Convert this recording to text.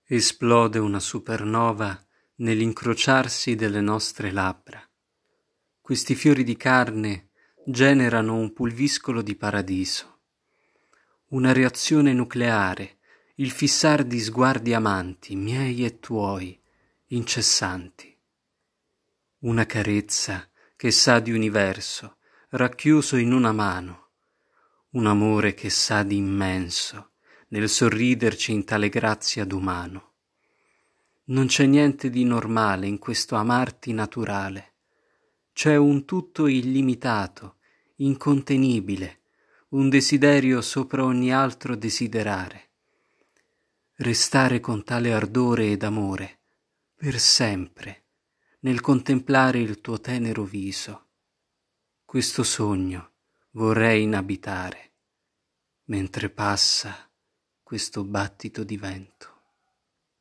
Esplode una supernova nell'incrociarsi delle nostre labbra. Questi fiori di carne generano un pulviscolo di paradiso. Una reazione nucleare, il fissar di sguardi amanti, miei e tuoi, incessanti. Una carezza che sa di universo, racchiuso in una mano. Un amore che sa di immenso, nel sorriderci in tale grazia d'umano. Non c'è niente di normale in questo amarti naturale. C'è un tutto illimitato, incontenibile, un desiderio sopra ogni altro desiderare. Restare con tale ardore ed amore, per sempre, nel contemplare il tuo tenero viso. Questo sogno vorrei inabitare, mentre passa questo battito di vento.